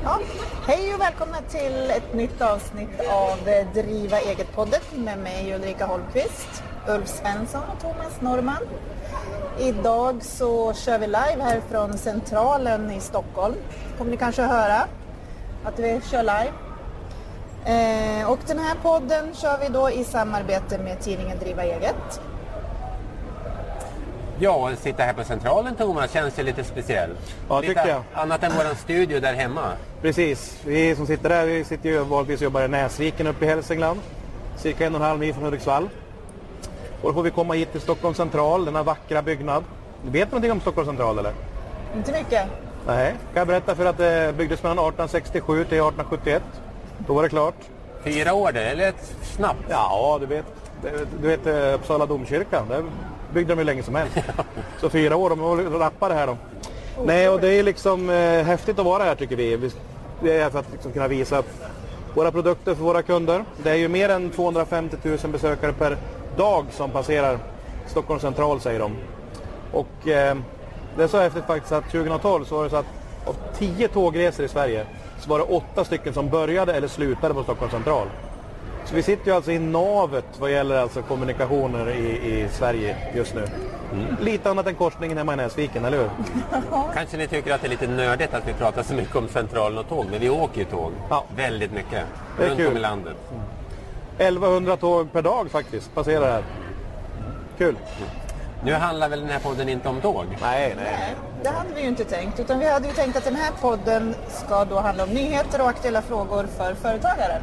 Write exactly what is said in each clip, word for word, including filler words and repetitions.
Ja, hej och välkomna till ett nytt avsnitt av Driva eget-podden med mig Ulrika Holmqvist, Ulf Svensson och Thomas Norman. Idag så kör vi live här från Centralen i Stockholm. Kommer ni kanske höra att vi kör live. Eh, och den här podden kör vi då i samarbete med tidningen Driva eget. Ja, att sitta här på Centralen, Thomas, känns ju lite speciellt. Ja, lite tycker jag. Annat än våran studio där hemma. Precis, vi som sitter där, vi sitter ju vanligtvis och jobbar i Näsviken uppe i Hälsingland. Cirka en och en halv mil från Hudiksvall. Och då får vi komma hit till Stockholms Central, denna vackra byggnad. Du vet någonting om Stockholms Central, eller? Inte mycket. Nej, kan jag berätta för att det byggdes mellan arton sextiosju till arton sjuttioett. Då var det klart. Fyra år det, eller ett snabbt? Ja, du vet, du vet Uppsala domkyrkan, där byggde de ju länge som helst. Så fyra år, de var rappare här då. Nej, och det är liksom eh, häftigt att vara här tycker vi. Det är för att liksom kunna visa upp våra produkter för våra kunder. Det är ju mer än tvåhundrafemtio tusen besökare per dag som passerar Stockholms Central, säger de. Och eh, det är så häftigt faktiskt att tjugohundratolv så var det så att av tio tågresor i Sverige så var det åtta stycken som började eller slutade på Stockholms Central. Så vi sitter ju alltså i navet vad gäller alltså kommunikationer i, i Sverige just nu. Mm. Lite annat än korsningen hemma i Näsviken, eller hur? Kanske ni tycker att det är lite nördigt att vi pratar så mycket om Centralen och tåg, men vi åker ju tåg ja. väldigt mycket det är runt kul. om i landet. Mm. elvahundra tåg per dag faktiskt passerar här. Kul. Mm. Nu handlar väl den här podden inte om tåg? Nej, nej. Nej, det hade vi ju inte tänkt. Utan vi hade ju tänkt att den här podden ska då handla om nyheter och aktuella frågor för företagare.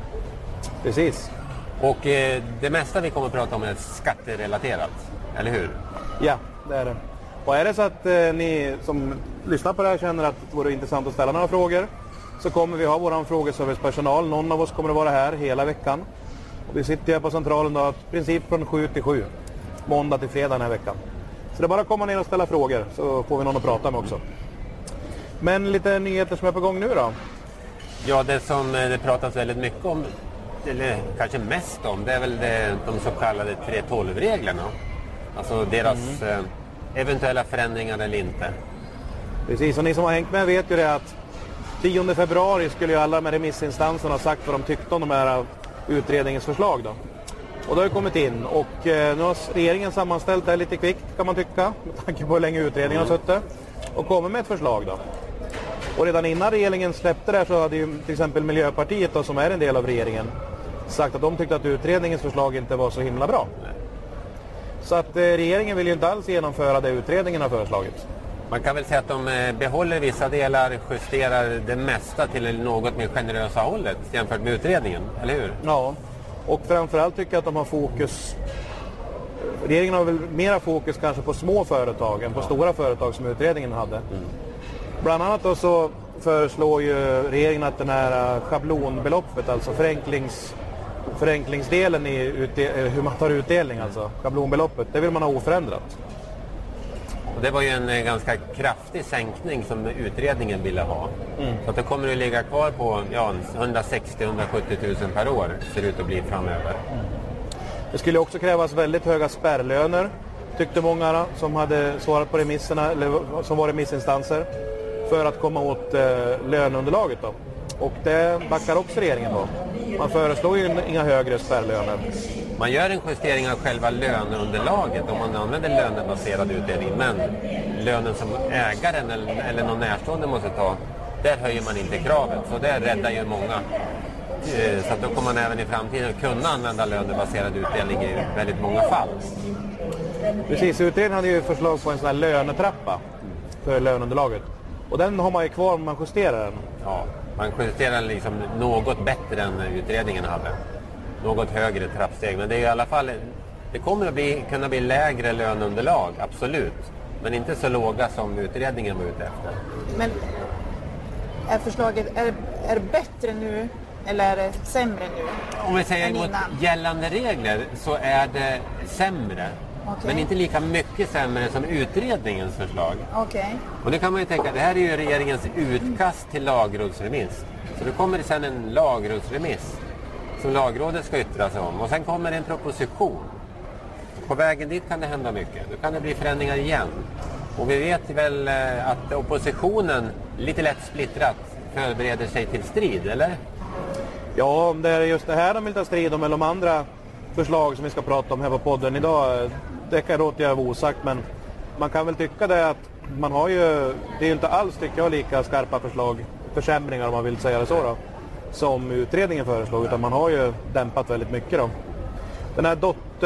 Precis. Och eh, det mesta vi kommer att prata om är skatterelaterat, eller hur? Ja, det är det. Och är det så att eh, ni som lyssnar på det här känner att det vore intressant att ställa några frågor, så kommer vi ha vår frågeservicepersonal. Någon av oss kommer att vara här hela veckan. Och vi sitter här på Centralen då, i princip från sju till sju. Måndag till fredag den här veckan. Så det är bara att komma ner och ställa frågor, så får vi någon att prata med också. Men lite nyheter som är på gång nu då? Ja, det som det pratas väldigt mycket om, eller kanske mest om, det är väl det, de så kallade tre tolv-reglerna. Alltså deras mm. eh, eventuella förändringar eller inte. Precis, och ni som har hängt med vet ju det att tionde februari skulle ju alla med remissinstanserna ha sagt vad de tyckte om de här utredningens förslag då. Och det har ju kommit in och eh, nu har regeringen sammanställt det lite kvickt kan man tycka, med tanke på hur länge utredningen har suttit, och kommer med ett förslag då. Och redan innan regeringen släppte det här så hade ju till exempel Miljöpartiet då, som är en del av regeringen, sagt att de tyckte att utredningens förslag inte var så himla bra. Så att eh, regeringen vill ju inte alls genomföra det utredningen har föreslagit. Man kan väl säga att de eh, behåller vissa delar, justerar det mesta till något mer generösa hållet jämfört med utredningen, eller hur? Ja. Och framförallt tycker jag att de har fokus, regeringen har väl mera fokus kanske på små företag än på ja. stora företag som utredningen hade. Mm. Bland annat då så föreslår ju regeringen att den här schablonbeloppet, alltså förenklings, förenklingsdelen i utdel, hur man tar utdelning, alltså schablonbeloppet, det vill man ha oförändrat. Och det var ju en ganska kraftig sänkning som utredningen ville ha. Mm. Så att det kommer att ligga kvar på ja, hundrasextio till hundrasjuttio tusen per år ser ut att bli framöver. Mm. Det skulle också krävas väldigt höga spärrlöner, tyckte många som hade svarat på remisserna, eller som var remissinstanser, för att komma åt eh, löneunderlaget då. Och det backar också regeringen då. Man föreslår ju inga högre spärrlöner. Man gör en justering av själva löneunderlaget om man använder lönebaserad utdelning. Men lönen som ägaren eller, eller någon närstående måste ta, där höjer man inte kravet. Så det räddar ju många. Så att då kommer man även i framtiden kunna använda lönebaserad utdelning i väldigt många fall. Precis, utredningen hade ju förslag på en sån här lönetrappa för löneunderlaget. Och den har man ju kvar om man justerar den. Ja, man justerar liksom något bättre än utredningen hade. Något högre trappsteg. Men det är i alla fall, det kommer att bli, kunna bli lägre löneunderlag, absolut. Men inte så låga som utredningen var ute efter. Men är förslaget, är, är det bättre nu eller är det sämre nu? Om vi säger mot gällande regler så är det sämre. Okay. Men inte lika mycket sämre som utredningens förslag. Okay. Och det kan man ju tänka, det här är ju regeringens utkast till lagrådsremiss. Så det kommer sen en lagrådsremiss som lagrådet ska yttra sig om. Och sen kommer en proposition. På vägen dit kan det hända mycket. Då kan det bli förändringar igen. Och vi vet väl att oppositionen, lite lätt splittrat, förbereder sig till strid, eller? Ja, om det är just det här de vill ta strid om eller de andra förslag som vi ska prata om här på podden idag, det kan jag låta jag vara osagt, men man kan väl tycka det att man har ju, det är ju inte alls tycker jag lika skarpa förslag, försämringar om man vill säga det så då, som utredningen föreslog, utan man har ju dämpat väldigt mycket då. Den här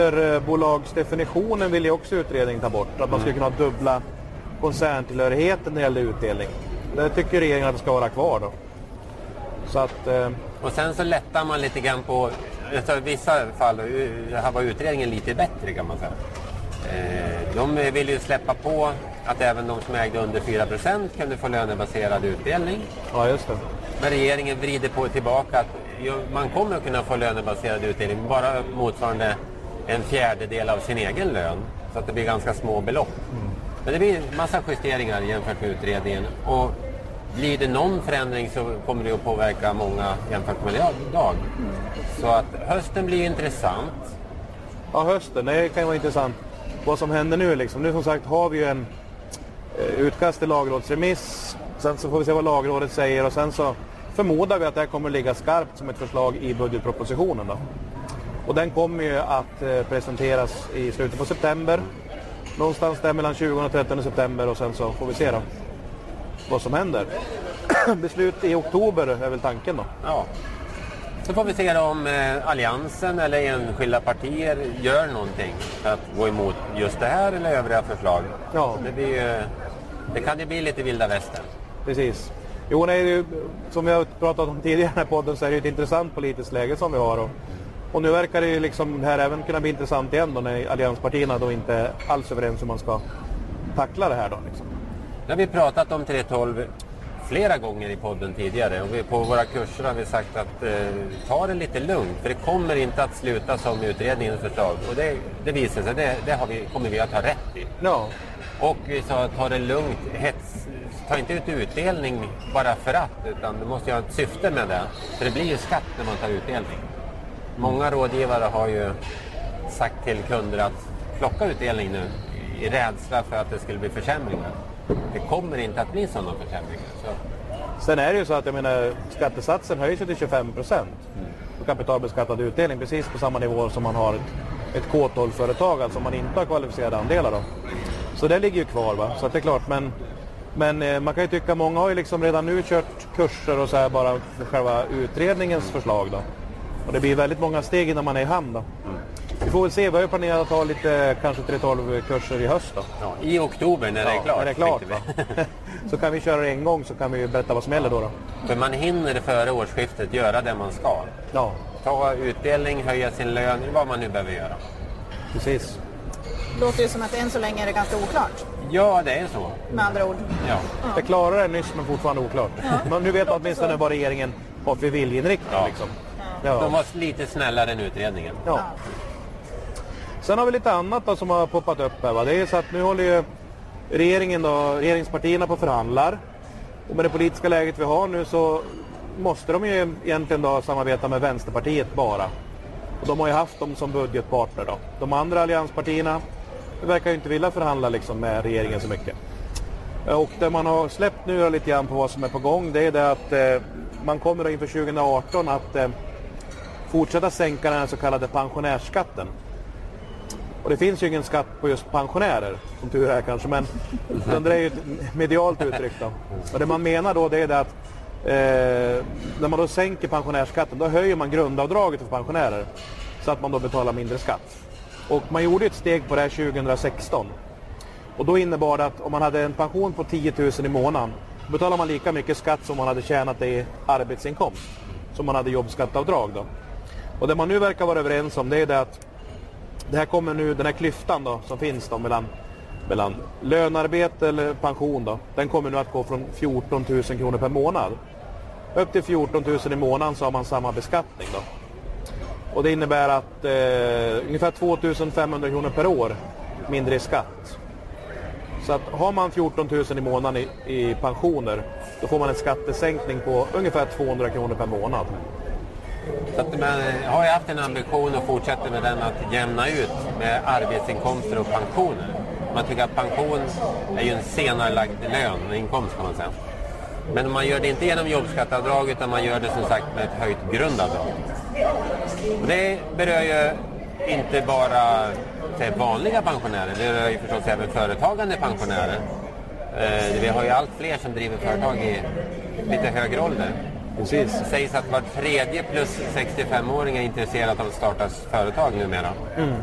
dotterbolagsdefinitionen vill ju också utredningen ta bort, att man skulle kunna ha dubbla koncerntillhörigheten när det gäller utdelning. Det tycker regeringen att det ska vara kvar då. Så att, eh... Och sen så lättar man lite grann på, alltså i vissa fall här var utredningen lite bättre kan man säga. Eh, de vill ju släppa på att även de som ägde under fyra procent kunde få lönebaserad utdelning. Ja, just det. Men regeringen vrider på tillbaka att man kommer att kunna få lönebaserad utdelning bara motsvarande en fjärdedel av sin egen lön. Så att det blir ganska små belopp. Mm. Men det blir en massa justeringar jämfört med utredningen. Och blir det någon förändring så kommer det att påverka många jämfört med idag. Mm. Så att hösten blir intressant. Ja, hösten, det kan ju vara intressant. Vad som händer nu liksom. Nu som sagt har vi ju en eh, utkast till lagrådsremiss. Sen så får vi se vad lagrådet säger och sen så förmodar vi att det här kommer att ligga skarpt som ett förslag i budgetpropositionen då. Och den kommer ju att eh, presenteras i slutet på september. Någonstans där mellan tjugonde och trettonde september och sen så får vi se då vad som händer. Beslut i oktober är väl tanken då. Ja. Så får vi se då om eh, alliansen eller enskilda partier gör någonting för att gå emot just det här eller övriga förslag. Ja. Det, blir, eh, det kan ju bli lite vilda västern. Precis. Jo, nej, som vi har pratat om tidigare i den här podden så är det ett intressant politiskt läge som vi har. Och, och nu verkar det ju liksom det här även kunna bli intressant igen då när allianspartierna då inte är alls överens hur man ska tackla det här då liksom. Nu har vi pratat om tre tolv flera gånger i podden tidigare och vi, på våra kurser har vi sagt att eh, ta det lite lugnt för det kommer inte att sluta som utredningens förslag och det, det visar sig, det, det har vi, kommer vi att ha rätt i. Ja. Och vi sa ta det lugnt, hets, ta inte ut utdelning bara för att utan du måste ju ha ett syfte med det för det blir ju skatt när man tar utdelning. Många rådgivare har ju sagt till kunder att plocka utdelning nu i rädsla för att det skulle bli försämringar. Det kommer inte att bli sådana försämringar. Så. Sen är det ju så att jag menar, skattesatsen höjs till tjugofem procent mm. på kapitalbeskattad utdelning precis på samma nivå som man har ett, ett K tolv-företag, alltså om man inte har kvalificerade andelar då. Så det ligger ju kvar va, så att det är klart, men, men eh, man kan ju tycka, många har ju liksom redan nu kört kurser och så här bara för själva utredningens förslag då. Och det blir väldigt många steg innan man är i hamn då. Mm. Vi får väl se, vi har ju planerat att ha lite, kanske tre tolv kurser i höst då. Ja, i oktober när det är ja, klart. När det är klart så kan vi köra det en gång så kan vi berätta vad som gäller då då. För man hinner före årsskiftet göra det man ska. Ja. Ta utdelning, höja sin lön, vad man nu behöver göra. Precis. Låter ju som att än så länge är det ganska oklart. Ja, det är så. Med andra ord. Ja. Ja. Det klarar det nyss men fortfarande oklart. Ja. Men nu vet man åtminstone vad regeringen har för viljeinriktning ja. liksom. Ja. Ja. De var lite snällare än utredningen. Ja. Ja. Sen har vi lite annat då som har poppat upp här va. Det är så att nu håller ju regeringen då, regeringspartierna på förhandlar. Och med det politiska läget vi har nu så måste de ju egentligen då samarbeta med Vänsterpartiet bara. Och de har ju haft dem som budgetpartner då. De andra allianspartierna verkar ju inte vilja förhandla liksom med regeringen så mycket. Och det man har släppt nu lite grann på vad som är på gång, det är det att eh, man kommer då inför tjugo arton att eh, fortsätta sänka den så kallade pensionärsskatten. Och det finns ju ingen skatt på just pensionärer, som tur är kanske, men det är ju ett medialt uttryck då. Och det man menar då det är det att eh, när man då sänker pensionärsskatten, då höjer man grundavdraget för pensionärer så att man då betalar mindre skatt. Och man gjorde ett steg på det här tjugo sexton. Och då innebar det att om man hade en pension på tio tusen i månaden, då betalar man lika mycket skatt som man hade tjänat i arbetsinkomst, som man hade jobbskattavdrag då. Och det man nu verkar vara överens om det är det att det här kommer nu, den här klyftan då, som finns då mellan, mellan lönarbete eller pension då, den kommer nu att gå från fjorton tusen kronor per månad. Upp till fjorton tusen i månaden så har man samma beskattning då. Och det innebär att eh, ungefär två tusen femhundra kronor per år mindre i skatt. Så att har man fjorton tusen i månaden i, i pensioner, då får man en skattesänkning på ungefär tvåhundra kronor per månad. Så att man har ju haft en ambition att fortsätta med den att jämna ut med arbetsinkomster och pensioner. Man tycker att pension är ju en senarelagd lön, inkomst kan man säga. Men man gör det inte genom jobbskatteavdrag utan man gör det som sagt med ett höjt grundavdrag. Och det berör ju inte bara vanliga pensionärer, det berör ju förstås även företagande pensionärer. Eh, vi har ju allt fler som driver företag i lite högre ålder. Precis. Det sägs att var tredje plus sextiofem-åring är intresserad av att starta företag numera. Mm.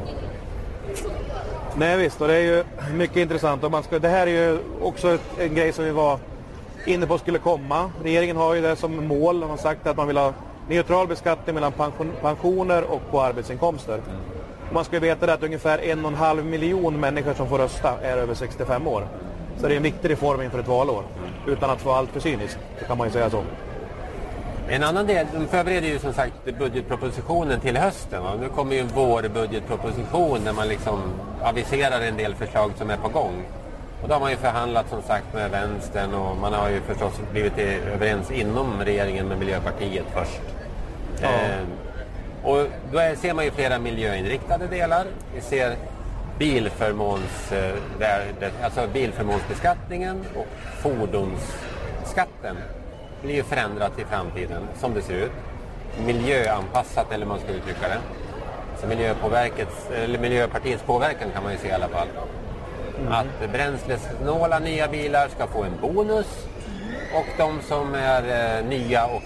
Nej visst, och det är ju mycket intressant. Och man ska, det här är ju också ett, en grej som vi var inne på skulle komma. Regeringen har ju det som mål. De har sagt att man vill ha neutral beskattning mellan pension, pensioner och på arbetsinkomster. Mm. Man ska ju veta det att ungefär en och en halv miljon människor som får rösta är över sextiofem år. Så det är en viktig reform inför ett valår. Utan att få allt för cyniskt, så kan man ju säga så. En annan del, de förbereder ju som sagt budgetpropositionen till hösten. Va? Nu kommer ju en vårbudgetproposition där man liksom aviserar en del förslag som är på gång. Och då har man ju förhandlat som sagt med vänstern och man har ju förstås blivit överens inom regeringen med Miljöpartiet först. Ja. Eh, och då är, ser man ju flera miljöinriktade delar. Vi ser bilförmåns, alltså bilförmånsbeskattningen och fordonsskatten blir ju förändrat i framtiden som det ser ut. Miljöanpassat eller man ska uttrycka det. Så Miljöpåverkets, eller Miljöpartiets påverkan kan man ju se i alla fall. Mm. Att bränslesnåla nya bilar ska få en bonus och de som är eh, nya och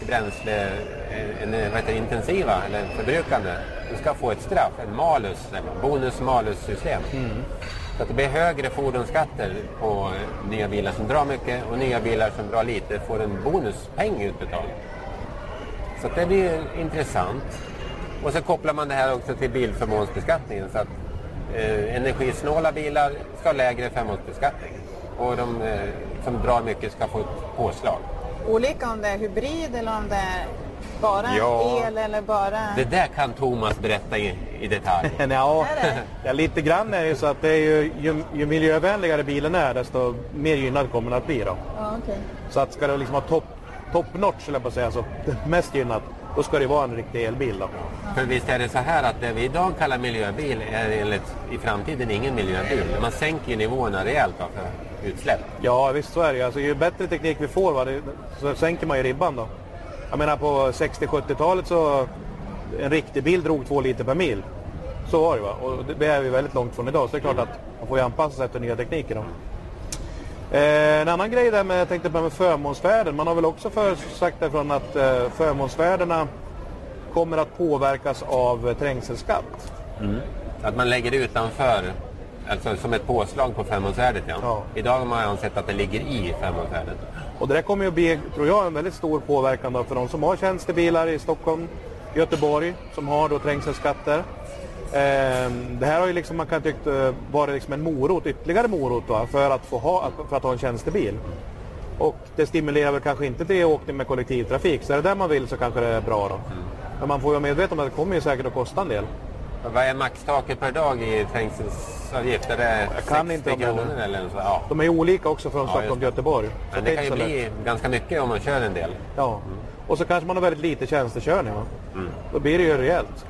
bränsleintensiva eh, eller förbrukande de ska få ett straff, en malus, bonus-malus-system. Mm. Så att det blir högre fordonsskatter på nya bilar som drar mycket och nya bilar som drar lite får en bonuspeng utbetald. Så att det blir intressant. Och så kopplar man det här också till bilförmånsbeskattningen så att eh, energisnåla bilar ska ha lägre förmånsbeskattning och de eh, som drar mycket ska få ett påslag. Olika om det är hybrid eller om det är bara ja, el eller bara... Det där kan Thomas berätta i, i detalj. ja, ja, lite grann är ju så att det är ju, ju, ju miljövänligare bilen är desto mer gynnad kommer den att bli då. Ja, okay. Så att ska det liksom ha topp top notch eller på att säga så, mest gynnad, då ska det vara en riktig elbil då. Ja. För visst är det så här att det vi idag kallar miljöbil är enligt, i framtiden ingen miljöbil. Man sänker ju nivåerna rejält då för utsläpp. Ja visst så är det ju. Alltså, ju bättre teknik vi får va, det, så sänker man ju ribban då. Jag menar på sextio-sjuttiotalet så en riktig bil drog två liter per mil. Så var det va. Och det är vi väldigt långt från idag. Så det är klart att man får ju anpassa sig efter nya tekniker då. Eh, en annan grej där med, jag tänkte på med förmånsvärden. Man har väl också för, sagt därifrån att eh, förmånsvärdena kommer att påverkas av eh, trängselskatt. Mm. Att man lägger det utanför, alltså som ett påslag på förmånsvärdet. Ja. Ja. Idag har man ansett att det ligger i förmånsvärdet. Och det där kommer ju att bli, tror jag, en väldigt stor påverkan då för de som har tjänstebilar i Stockholm, Göteborg, som har då trängselskatter. Eh, det här har ju liksom, man kan tycka vara liksom en morot, ytterligare morot då, för att få ha, för att ha en tjänstebil. Och det stimulerar väl kanske inte till åkning med kollektivtrafik, så är det där man vill så kanske det är bra då. Mm. Men man får ju vara medveten om att det kommer ju säkert att kosta en del. Vad är maxtaket per dag i trängselavgift? Är det sextio kronor eller så? Ja. De är olika också från ja, Stockholm till Göteborg. Men det, det kan ju bli lätt. Ganska mycket om man kör en del. Ja, mm. Och så kanske man har väldigt lite tjänstekörning va? Mm. Då blir det ju rejält.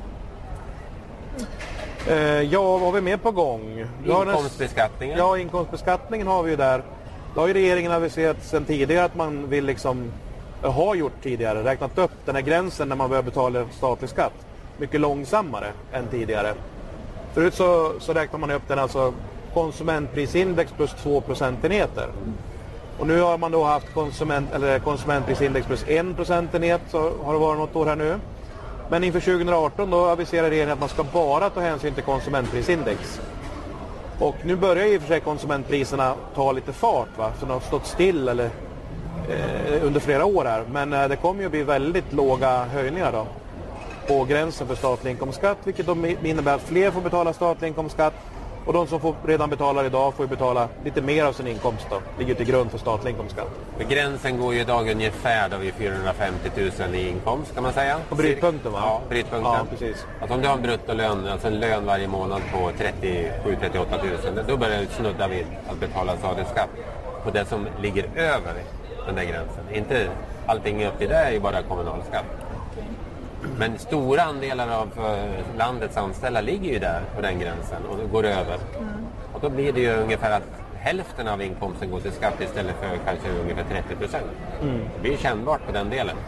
Eh, ja, vad har vi med på gång? Inkomstbeskattningen. Ja, inkomstbeskattningen har vi ju där. Då har ju regeringen aviserat sedan tidigare att man vill liksom, har gjort tidigare, räknat upp den här gränsen när man börjar betala statlig skatt. Mycket långsammare än tidigare. Förut så, så räknar man upp den alltså konsumentprisindex plus två procentenheter. Och nu har man då haft konsument, eller konsumentprisindex plus en procentenhet, så har det varit något år här nu. Men inför tjugo arton då aviserar regeringen att man ska bara ta hänsyn till konsumentprisindex. Och nu börjar ju i och för sig konsumentpriserna ta lite fart va, så de har stått still eller, eh, under flera år här. Men eh, det kommer ju att bli väldigt låga höjningar då på gränsen för statlig inkomstskatt, vilket då innebär att fler får betala statlig inkomstskatt och de som får redan betalar idag får ju betala lite mer av sin inkomst då, ligger till grund för statlig inkomstskatt. För gränsen går ju idag ungefär då vid fyrahundrafemtio tusen i inkomst kan man säga. På brytpunkten va? Ja, brytpunkten. Ja, precis. Alltså om du har en bruttolön, alltså en lön varje månad på trettiosju till trettioåtta tusen, då börjar du snudda vid att betala statlig skatt på det som ligger över den där gränsen. Inte allting upp till det är ju bara kommunalskatt. Men stora andelar av landets anställda ligger ju där på den gränsen och går över. Mm. Och då blir det ju ungefär att hälften av inkomsten går till skatt istället för kanske ungefär trettio procent. Mm. Det blir kännbart på den delen.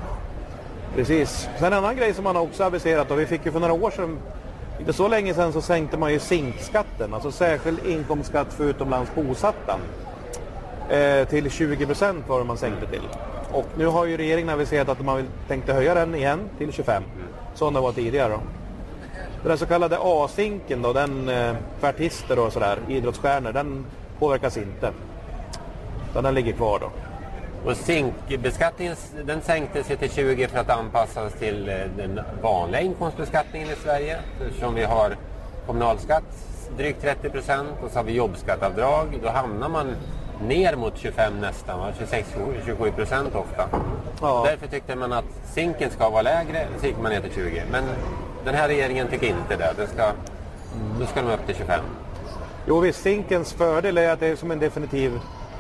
Precis. Sen en annan grej som man också aviserat, och vi fick ju för några år sedan, inte så länge sedan, så sänkte man ju zinkskatten, alltså särskild inkomstskatt för utomlands bosatta, eh, till tjugo procent var det man sänkte till. Och nu har ju regeringen aviserat att man vill, tänkte höja den igen till tjugofem, som det var tidigare då. Den så kallade A-zinken då, den eh, för artister och sådär, idrottsstjärnor, den påverkas inte. Så den ligger kvar då. Och zinkbeskattningen, den sänktes till tjugo för att anpassas till den vanliga inkomstbeskattningen i Sverige. Eftersom vi har kommunalskatt drygt trettio procent och så har vi jobbskattavdrag, då hamnar man ner mot tjugofem nästan, tjugosex till tjugosju procent ofta. Ja. Därför tyckte man att zinken ska vara lägre, så gick man ner till tjugo. Men den här regeringen tycker inte det. det ska, då ska de upp till tjugofem. Jo visst, zinkens fördel är att det är som en definitiv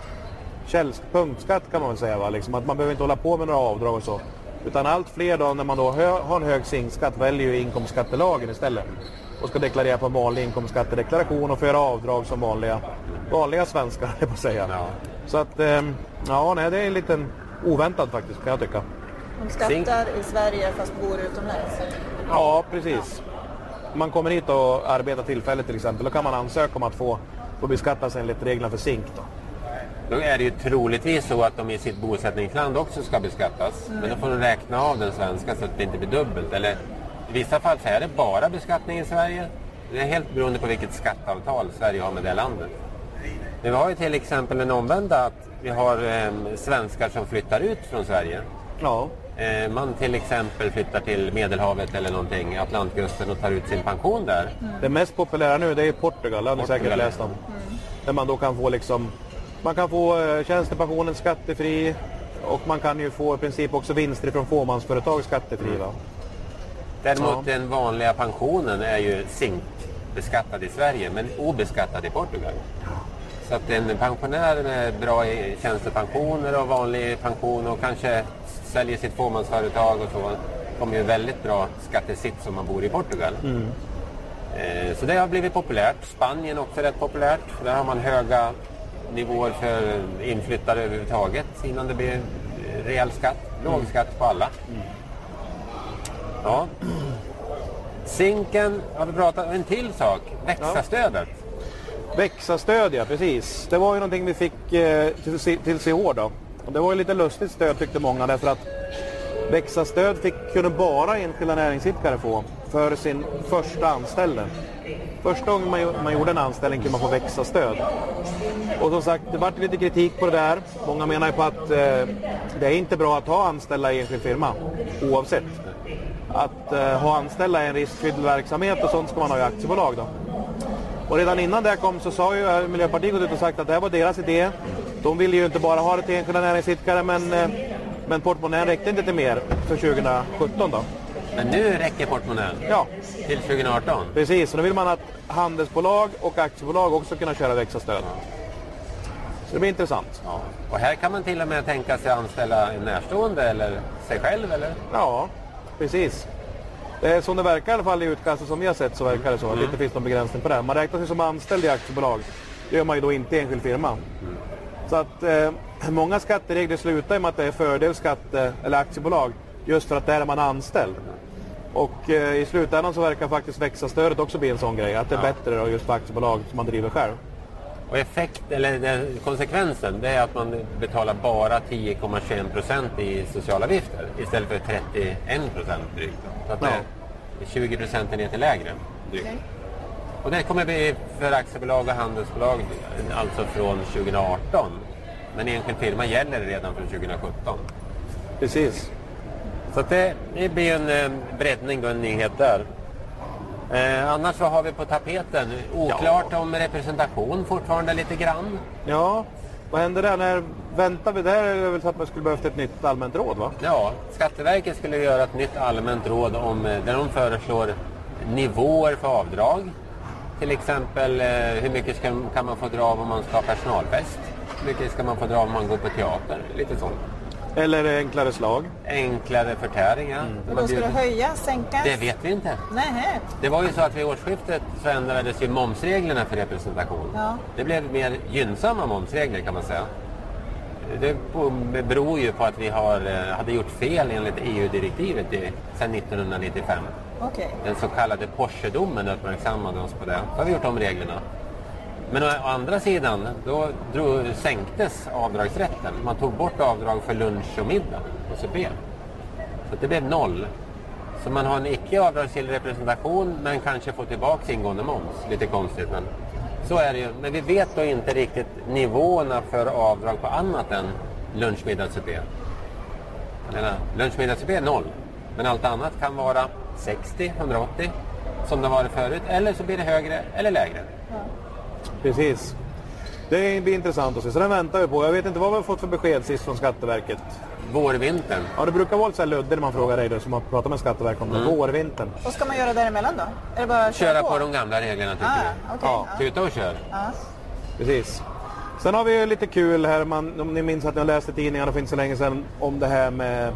källpunktskatt kan man väl säga, va? Liksom att man behöver inte hålla på med några avdrag och så. Utan allt fler då, när man då har en hög zinkskatt, väljer ju inkomstskattelagen istället. Och ska deklarera på en vanlig inkomstskattedeklaration och få göra avdrag som vanliga, vanliga svenskar, det på att säga. Ja. Så att, ja, nej, det är lite oväntat faktiskt, kan jag tycka. De skattar i Sverige fast bor utomlands. Ja, precis. Om man kommer hit och arbetar tillfälligt till exempel, då kan man ansöka om att få, få beskatta sig enligt reglerna för zink då. Då är det ju troligtvis så att de i sitt bosättningsland också ska beskattas. Mm. Men då får de räkna av den svenska så att det inte blir dubbelt. Eller i vissa fall så är det bara beskattning i Sverige. Det är helt beroende på vilket skatteavtal Sverige har med det landet. Men vi har ju till exempel en omvända, att vi har eh, svenskar som flyttar ut från Sverige. Ja. Eh, man till exempel flyttar till Medelhavet eller någonting, Atlantkusten, och tar ut sin pension där. Mm. Det mest populära nu, det är Portugal, det har ni säkert läst om. Mm. Där man då kan få liksom, man kan få eh, tjänstepensionen skattefri, och man kan ju få i princip också vinster från fåmansföretag skattefri, va? Däremot ja. Den vanliga pensionen är ju zinkbeskattad i Sverige men obeskattad i Portugal. Så att en pensionär med bra tjänstepensioner och vanlig pension och kanske säljer sitt fåmansföretag och så, kommer ju väldigt bra skattesitt som man bor i Portugal. Mm. Eh, så det har blivit populärt. Spanien också rätt populärt. Där har man höga nivåer för inflyttare överhuvudtaget innan det blir rejäl skatt. Låg skatt på alla. Mm. Ja. Zinken har vi pratat om. En till sak. Växa-stödet. Ja. Växa-stöd, ja, precis. Det var ju någonting vi fick eh, till, till i år då. Och det var ju lite lustigt stöd tyckte många, därför att växa-stöd fick, kunde bara enskilda näringsidkare få för sin första anställning. Första gången man, man gjorde en anställning kunde man få växa-stöd. Och som sagt, det var lite kritik på det där. Många menar ju på att eh, det är inte bra att ha anställda i enskild firma, oavsett. Att eh, ha anställda i en riskfylld verksamhet och sånt ska man ha i aktiebolag då. Och redan innan det kom så sa ju Miljöpartiet gått ut och sagt att det här var deras idé. De ville ju inte bara ha det till enskilda näringsidkare, men, eh, men portmonnän räckte inte till mer för tjugosjutton då. Men nu räcker portmonnän ja. till tjugoarton? Precis, och då vill man att handelsbolag och aktiebolag också kunna köra växa-stöd. Så det blir intressant. Ja. Och här kan man till och med tänka sig att anställa en närstående eller sig själv, eller? Ja, precis. Det är som det verkar i alla fall i utkastet som vi har sett, så verkar det så. Mm. Att det inte finns någon begränsning på det. Man räknar sig som anställd i aktiebolag. Det gör man ju då inte i enskild firma. Mm. Så att eh, många skatteregler slutar med att det är fördel skatte eller aktiebolag. Just för att där är man anställd. Och eh, i slutändan så verkar faktiskt växa-stödet också bli en sån grej. Att det är ja. bättre då just för aktiebolag som man driver själv. Och effekt, eller den, konsekvensen, det är att man betalar bara tio komma tjugoen procent i socialavgifter istället för trettioen procent drygt. Så att ja. det är tjugo procent ner till lägre drygt. Okay. Och det kommer bli för aktiebolag och handelsbolag alltså från tjugoarton. Men enskild firma gäller redan från tjugosjutton. Precis. Så att det, det blir en eh, breddning och en nyhet där. Eh, annars så har vi på tapeten oklart ja. om representation fortfarande lite grann. Ja, vad händer där? När väntar vi där? Är det väl så att man skulle behövt ett nytt allmänt råd, va? Ja, Skatteverket skulle göra ett nytt allmänt råd om, där de föreslår nivåer för avdrag. Till exempel eh, hur mycket ska, kan man få dra av om man ska ha personalfest? Hur mycket ska man få dra om man går på teater? Lite sånt. Eller enklare slag. Enklare förtäring, ja. Mm. Och då ska det höja, sänkas? Det vet vi inte. Nej. Det var ju så att vid årsskiftet så ändrades ju momsreglerna för representation. Ja. Det blev mer gynnsamma momsregler kan man säga. Det beror ju på att vi har, hade gjort fel enligt E U-direktivet sedan nittonhundranittiofem. Okay. Den så kallade Porsche-domen uppmärksammade oss på det. Så har vi gjort om reglerna. Men å andra sidan, då drog, sänktes avdragsrätten. Man tog bort avdrag för lunch och middag och S U P. Så det blev noll. Så man har en icke avdragsgill representation men kanske får tillbaka ingående moms. Lite konstigt, men så är det ju. Men vi vet då inte riktigt nivåerna för avdrag på annat än lunch, middag, S U P. Lunch, middag, S U P är noll. Men allt annat kan vara sextio, hundraåttio som det var förut. Eller så blir det högre eller lägre. Ja. Precis. Det blir intressant att se. Så den väntar vi på. Jag vet inte vad vi har fått för besked sist från Skatteverket. Vårvintern. Ja, det brukar vara lite så här ludder när man frågar dig då, som har pratat med Skatteverket om det. Mm. Vårvintern. Vad ska man göra däremellan då? Är det bara köra, köra på? på de gamla reglerna tycker ah, vi. Okay, ja, tuta och kör. Ja. Precis. Sen har vi lite kul här. Man, om ni minns att ni har läst i tidningarna för inte så länge sedan om det här med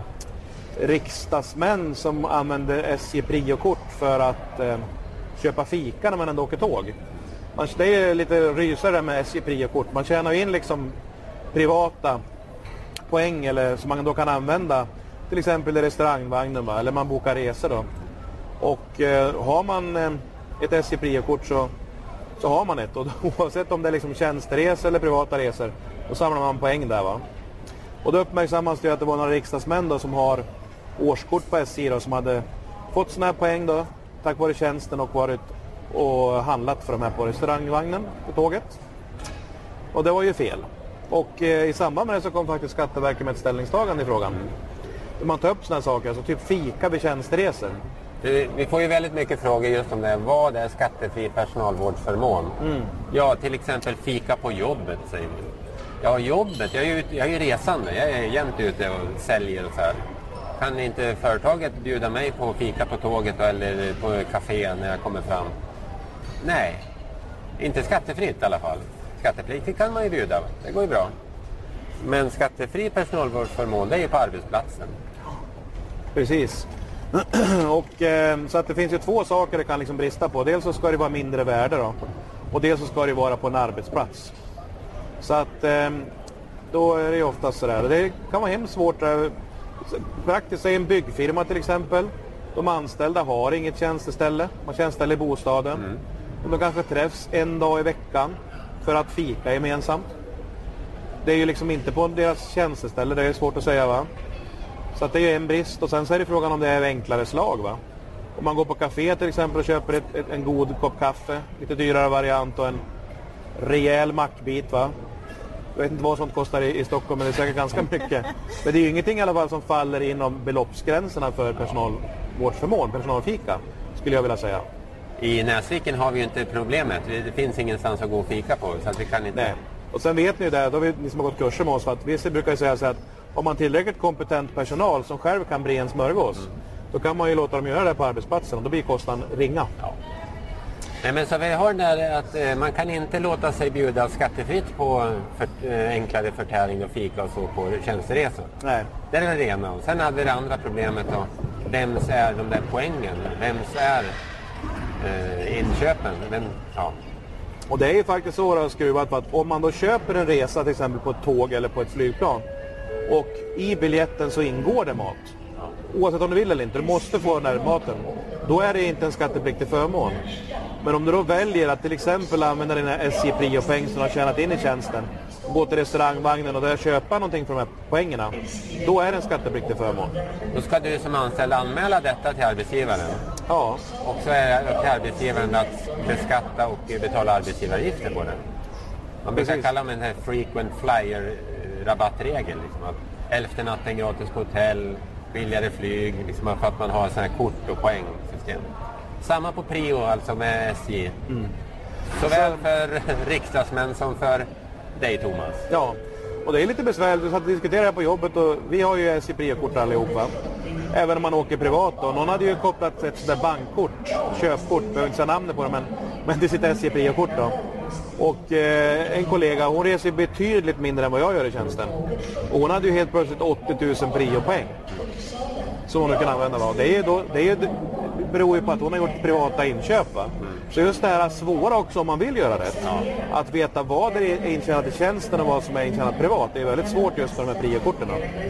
riksdagsmän som använder S J Prio-kort för att eh, köpa fika när man ändå åker tåg. Man, det är lite rysare med S J Prio-kort. Man tjänar in liksom privata poäng eller, som man då kan använda till exempel i restaurangvagnen, va? Eller man bokar resor då. Och eh, har man eh, ett S J Prio-kort så, så har man ett. Och då, oavsett om det är liksom tjänsteresor eller privata resor, då samlar man poäng där, va. Och då uppmärksammas det att det var några riksdagsmän då som har årskort på S J då, som hade fått såna här poäng då tack vare tjänsten och varit och handlat för de här på restaurangvagnen på tåget. Och det var ju fel. Och eh, i samband med det så kom faktiskt Skatteverket med ett ställningstagande i frågan. Mm. Man tar upp såna här saker, alltså typ fika vid tjänsteresor. Vi, vi får ju väldigt mycket frågor just om det. Vad är skattefri personalvårdsförmån? Mm. Ja, till exempel fika på jobbet, säger vi. Ja, jobbet. Jag är ju, jag är ju resande. Jag är jämt ute och säljer och så här. Kan inte företaget bjuda mig på fika på tåget eller på café när jag kommer fram? Nej, inte skattefritt i alla fall. Skattepliktigt kan man ju bjuda, det går ju bra. Men skattefri personalvårdsförmån, det är ju på arbetsplatsen. Precis. Och eh, så att det finns ju två saker det kan liksom brista på. Dels så ska det vara mindre värde då. Och dels så ska det vara på en arbetsplats. Så att eh, då är det ju oftast sådär. Det kan vara hemskt svårt. Praktiskt i en byggfirma till exempel. De anställda har inget tjänsteställe. Man tjänsteställer i bostaden. Mm. Och de kanske träffs en dag i veckan för att fika gemensamt. Det är ju liksom inte på deras tjänsteställe. Det är svårt att säga, va. Så att det är en brist. Och sen så är det frågan om det är enklare slag, va. Om man går på café till exempel och köper ett, ett, en god kopp kaffe. Lite dyrare variant och en rejäl mackbit, va. Jag vet inte vad sånt kostar i, i Stockholm, men det är säkert ganska mycket. Men det är ju ingenting i alla fall som faller inom beloppsgränserna för personalvårdsförmån, personalfika, skulle jag vilja säga. I Näsviken har vi ju inte problemet. Det finns ingenstans att gå och fika på, så att vi kan inte... Nej. Och sen vet ni ju det, då har vi, ni som har gått kurser med oss, för att vi brukar ju säga så att om man tillräckligt kompetent personal som själv kan bli en smörgås, mm. då kan man ju låta dem göra det på arbetsplatsen och då blir kostnaden ringa. Ja. Nej, men så vi har där att eh, man kan inte låta sig bjuda skattefritt på för, eh, enklare förtäring och fika och så på tjänsteresor. Nej. Det är det ena. Och sen hade vi det andra problemet då. Vems är de där poängen? Vems är eh, inköpen? Vem, ja. Och det är ju faktiskt så att skruvat på att om man då köper en resa till exempel på ett tåg eller på ett flygplan och i biljetten så ingår det mat. Oavsett om du vill eller inte, du måste få den här maten. Då är det inte en skattepliktig förmån. Men om du då väljer att till exempel använda dina S J Prio-poäng som du har tjänat in i tjänsten, gå till restaurangvagnen och där köpa någonting för de här poängerna, då är det en skattepliktig förmån. Då ska du som anställd anmäla detta till arbetsgivaren. Ja. Och så är det upp till arbetsgivaren att beskatta och betala arbetsgivaravgifter på det. Man brukar kalla det en här frequent flyer-rabattregel. Liksom, att elfte natten gratis på hotell, billigare flyg, liksom, för att man har sådana här kort- och poängsystem. Samma på Prio, alltså med S J. Mm. Såväl för riksdagsmän som för dig, Thomas. Ja, och det är lite besvärligt. Vi satt och diskuterade på jobbet och vi har ju S J Prio-kort allihopa. Även om man åker privat då. Någon hade ju kopplat ett sådär bankkort, köpkort, behöver inte säga namnet på det, men Men det sitter S J Prio-kort då. Och eh, en kollega, hon reser betydligt mindre än vad jag gör i tjänsten. Och hon hade ju helt plötsligt åttio tusen Prio-poäng. Som hon nu kan använda då. Det, är då, det, är, det beror ju på att hon har gjort privata inköp, va? Mm. Så just det här svåra också om man vill göra rätt. Ja. Att veta vad det är intjänat i tjänsten och vad som är intjänat privat. Det är väldigt svårt just för de här Prio-korten.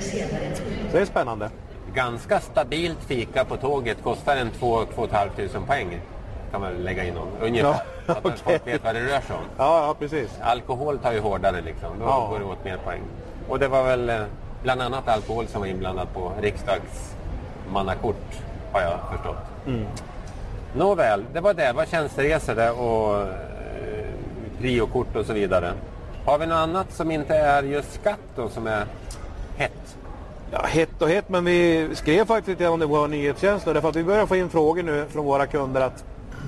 Så det är spännande. Ganska stabilt fika på tåget kostar en två till två och ett halvt tusen poäng. Kan man lägga in någon, ungefär. Ja, så att okay. Folk vet vad det rör sig om. Ja, ja, precis. Alkohol tar ju hårdare liksom. Då ja. Går det åt mer poäng. Och det var väl bland annat alkohol som var inblandat på riksdagsmannakort, har jag förstått. Mm. Nåväl, det var det. Vad tjänsteresor och eh, priokort och så vidare. Har vi något annat som inte är just skatt då, som är hett? Ja, hett och hett, men vi skrev faktiskt lite om det var nyhetstjänster därför att vi börjar få in frågor nu från våra kunder att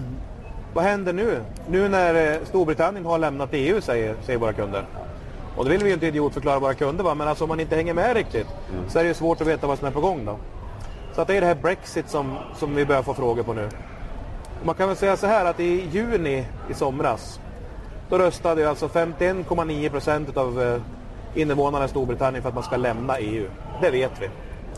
vad händer nu? Nu när Storbritannien har lämnat E U, säger, säger våra kunder. Och det vill vi ju inte idiotförklara våra kunder, va? Men alltså om man inte hänger med riktigt mm. så är det ju svårt att veta vad som är på gång då. Så att det är det här Brexit som, som vi börjar få frågor på nu. Man kan väl säga så här att i juni i somras då röstade ju alltså femtioen komma nio procent av invånarna i Storbritannien för att man ska lämna E U. Det vet vi.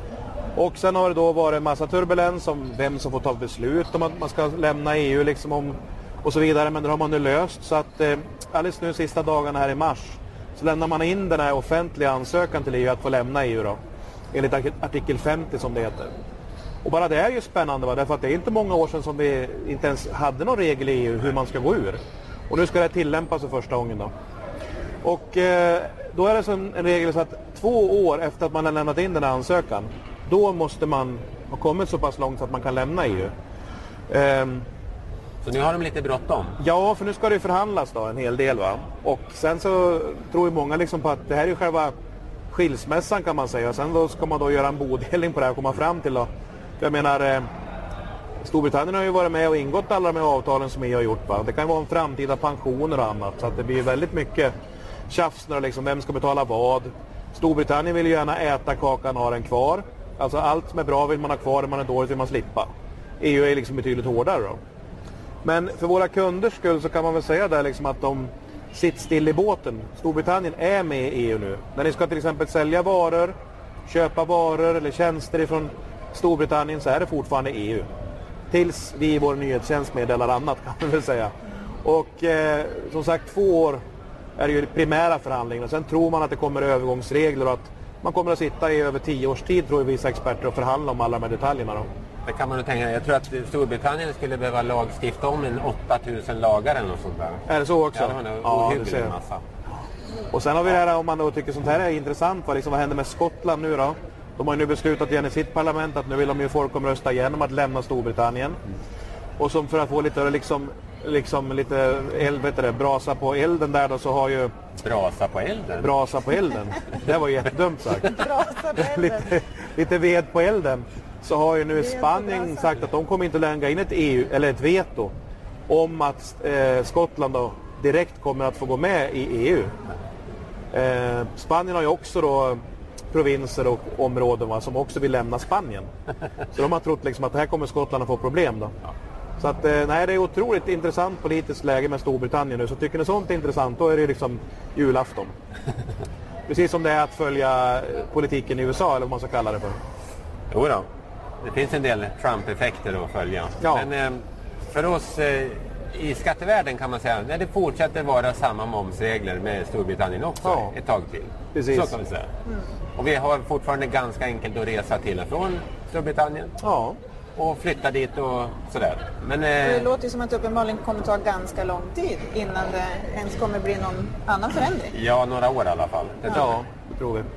Och sen har det då varit en massa turbulens om vem som får ta beslut om att man ska lämna E U liksom om, och så vidare. Men det har man nu löst. Så att eh, alldeles nu sista dagarna här i mars så lämnar man in den här offentliga ansökan till E U att få lämna E U då. Enligt artikel femtio som det heter. Och bara det är ju spännande, va? Därför att det är inte många år sedan som vi inte ens hade någon regel i E U hur man ska gå ur. Och nu ska det tillämpas för första gången då. Och eh, då är det som en regel så att två år efter att man har lämnat in den här ansökan, då måste man ha kommit så pass långt så att man kan lämna E U. Ehm, så nu har de lite bråttom? Ja, för nu ska det ju förhandlas då en hel del, va. Och sen så tror ju många liksom på att det här är ju själva skilsmässan, kan man säga. Sen då ska man då göra en bodelning på det här och komma fram till då. Jag menar, eh, Storbritannien har ju varit med och ingått alla de här avtalen som E U har gjort, va. Det kan ju vara en framtida pensioner och annat, så att det blir väldigt mycket tjafs när liksom, vem ska betala vad. Storbritannien vill ju gärna äta kakan och ha den kvar. Alltså allt som är bra vill man ha kvar, det man är dåligt vill man slippa. E U är liksom betydligt hårdare då. Men för våra kunders skull så kan man väl säga där liksom att de sitter still i båten. Storbritannien är med i E U nu. När ni ska till exempel sälja varor, köpa varor eller tjänster ifrån Storbritannien så är det fortfarande E U. Tills vi i vår nyhetstjänst meddelar annat, kan man väl säga. Och eh, som sagt, två år är det ju primära förhandlingar. Sen tror man att det kommer övergångsregler och att man kommer att sitta i över tio års tid, tror vissa experter, och förhandla om alla de här detaljerna då. Det kan man ju tänka. Jag tror att Storbritannien skulle behöva lagstifta om en åtta tusen lagar eller något sånt där. Är det så också? Ja, det var en ohygglig ja, massa. Och sen har vi det här, om man då tycker sånt här är intressant, vad, liksom, vad händer med Skottland nu då? De har ju nu beslutat igen i sitt parlament att nu vill de ju folkomrösta igen om att lämna Storbritannien. Mm. Och som för att få lite liksom, liksom lite eld, vet det, brasa på elden där då, så har ju... Brasa på elden? Brasa på elden. Det var jättedumt sagt. Brasa på elden. lite, lite ved på elden. Så har ju nu Spanien sagt att de kommer inte lägga in ett E U eller ett veto om att eh, Skottland då direkt kommer att få gå med i E U. Eh, Spanien har ju också då provinser och områden, va, som också vill lämna Spanien. Så de har trott liksom att här kommer Skottland att få problem då. Ja. Så att, eh, nej, det är otroligt intressant politiskt läge med Storbritannien nu. Så tycker ni sånt är intressant, då är det liksom julafton. Precis som det är att följa politiken i U S A, eller vad man ska kalla det för. Jo då. Det finns en del Trump-effekter att följa. Ja. Men eh, för oss eh, i skattevärlden kan man säga, när det fortsätter vara samma momsregler med Storbritannien också, ja, ett tag till. Precis. Så kan vi säga. Mm. Och vi har fortfarande ganska enkelt att resa till och från Storbritannien. Ja. Och flytta dit och sådär. Men, eh, det låter ju som att det uppenbarligen kommer ta ganska lång tid innan det ens kommer bli någon annan förändring. Ja, några år i alla fall. Det tror, ja, det tror vi.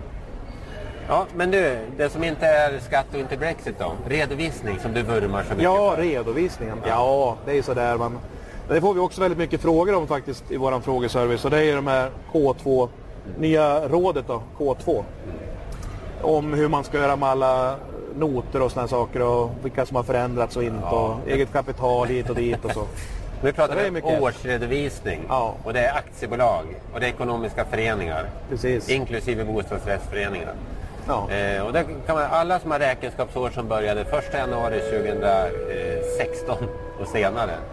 Ja, men du, det som inte är skatt och inte Brexit då? Redovisning som du vurmar så mycket Ja, för. redovisningen. Ja, ja, det är ju sådär. Man... Det får vi också väldigt mycket frågor om faktiskt i våran frågeservice. Och det är ju de här K två, nya rådet då, K två. Om hur man ska göra med alla noter och sådana saker och vilka som har förändrats och inte, ja, och eget kapital hit och dit och så. Vi pratar om årsredovisning, ja, och det är aktiebolag och det är ekonomiska föreningar. Precis. Inklusive bostadsrättsföreningar. Ja. Eh, och det kan man, alla som har räkenskapsår som började första januari tjugohundrasexton och senare,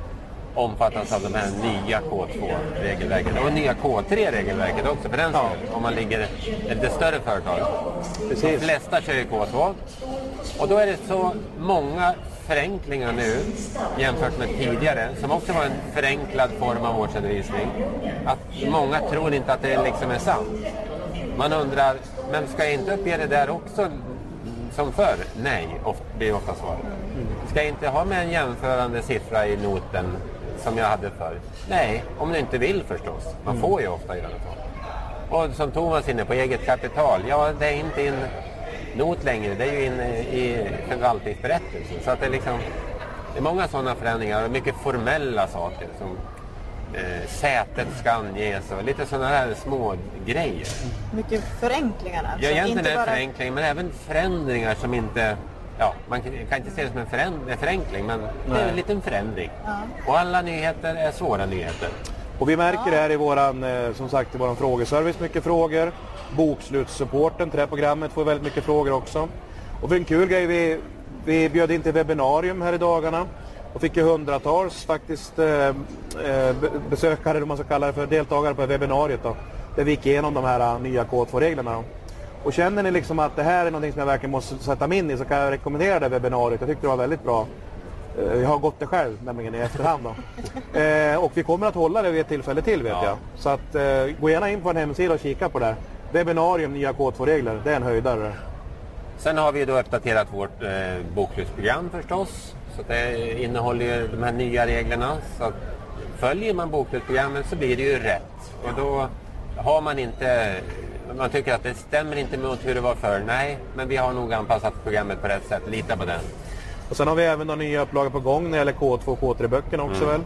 omfattas av de här nya K två-regelverket. Och nya K tre-regelverket också för den skull, ja. Om man ligger ett lite större företag. Precis. De flesta kör ju K två. Och då är det så många förenklingar nu jämfört med tidigare, som också var en förenklad form av årsredovisning, att många tror inte att det liksom är sant. Man undrar, men ska jag inte uppge det där också som förr? Nej, ofta, blir ofta svaret. Ska jag inte ha med en jämförande siffra i noten som jag hade förr? Nej, om du inte vill förstås. Man får ju ofta göra så. Och som Thomas inne på eget kapital, ja det är inte en not längre, det är ju inne i förvaltningsberättelsen. Så att det är liksom, det är många sådana förändringar och mycket formella saker som eh, sätet ska anges och lite sådana här små grejer. Mycket förenklingar alltså? Ja, egentligen inte är det bara... förenkling, men även förändringar som inte, ja, man kan inte se det som en föränd- förenkling, men Nej. det är en liten förändring. Ja. Och alla nyheter är svåra nyheter. Och vi märker det här i våran, som sagt, i våran frågeservice, mycket frågor. Bokslutssupporten till det här programmet får väldigt mycket frågor också. Och för en kul grej, vi, vi bjöd in till webbinarium här i dagarna och fick ju hundratals faktiskt eh, besökare, eller man ska kalla det för, deltagare på webbinariet då, där vi gick igenom de här nya K två-reglerna då. Och känner ni liksom att det här är någonting som jag verkligen måste sätta mig in i, så kan jag rekommendera det webbinariet. Jag tyckte det var väldigt bra. Jag har gått det själv, nämligen i efterhand då. eh, och vi kommer att hålla det vid ett tillfälle till, vet ja. jag. Så att, eh, gå gärna in på en hemsida och kika på det. Webbinarium, nya K två-regler, det är en höjdare. Sen har vi då uppdaterat vårt eh, bokslutsprogram förstås. Så det innehåller ju de här nya reglerna. Så att följer man bokslutsprogrammet så blir det ju rätt. Och då har man inte... Man tycker att det stämmer inte mot hur det var förr. Nej, men vi har nog anpassat programmet på rätt sätt. Lita på den. Och sen har vi även några nya upplagor på gång när det gäller K två och K tre-böckerna också mm.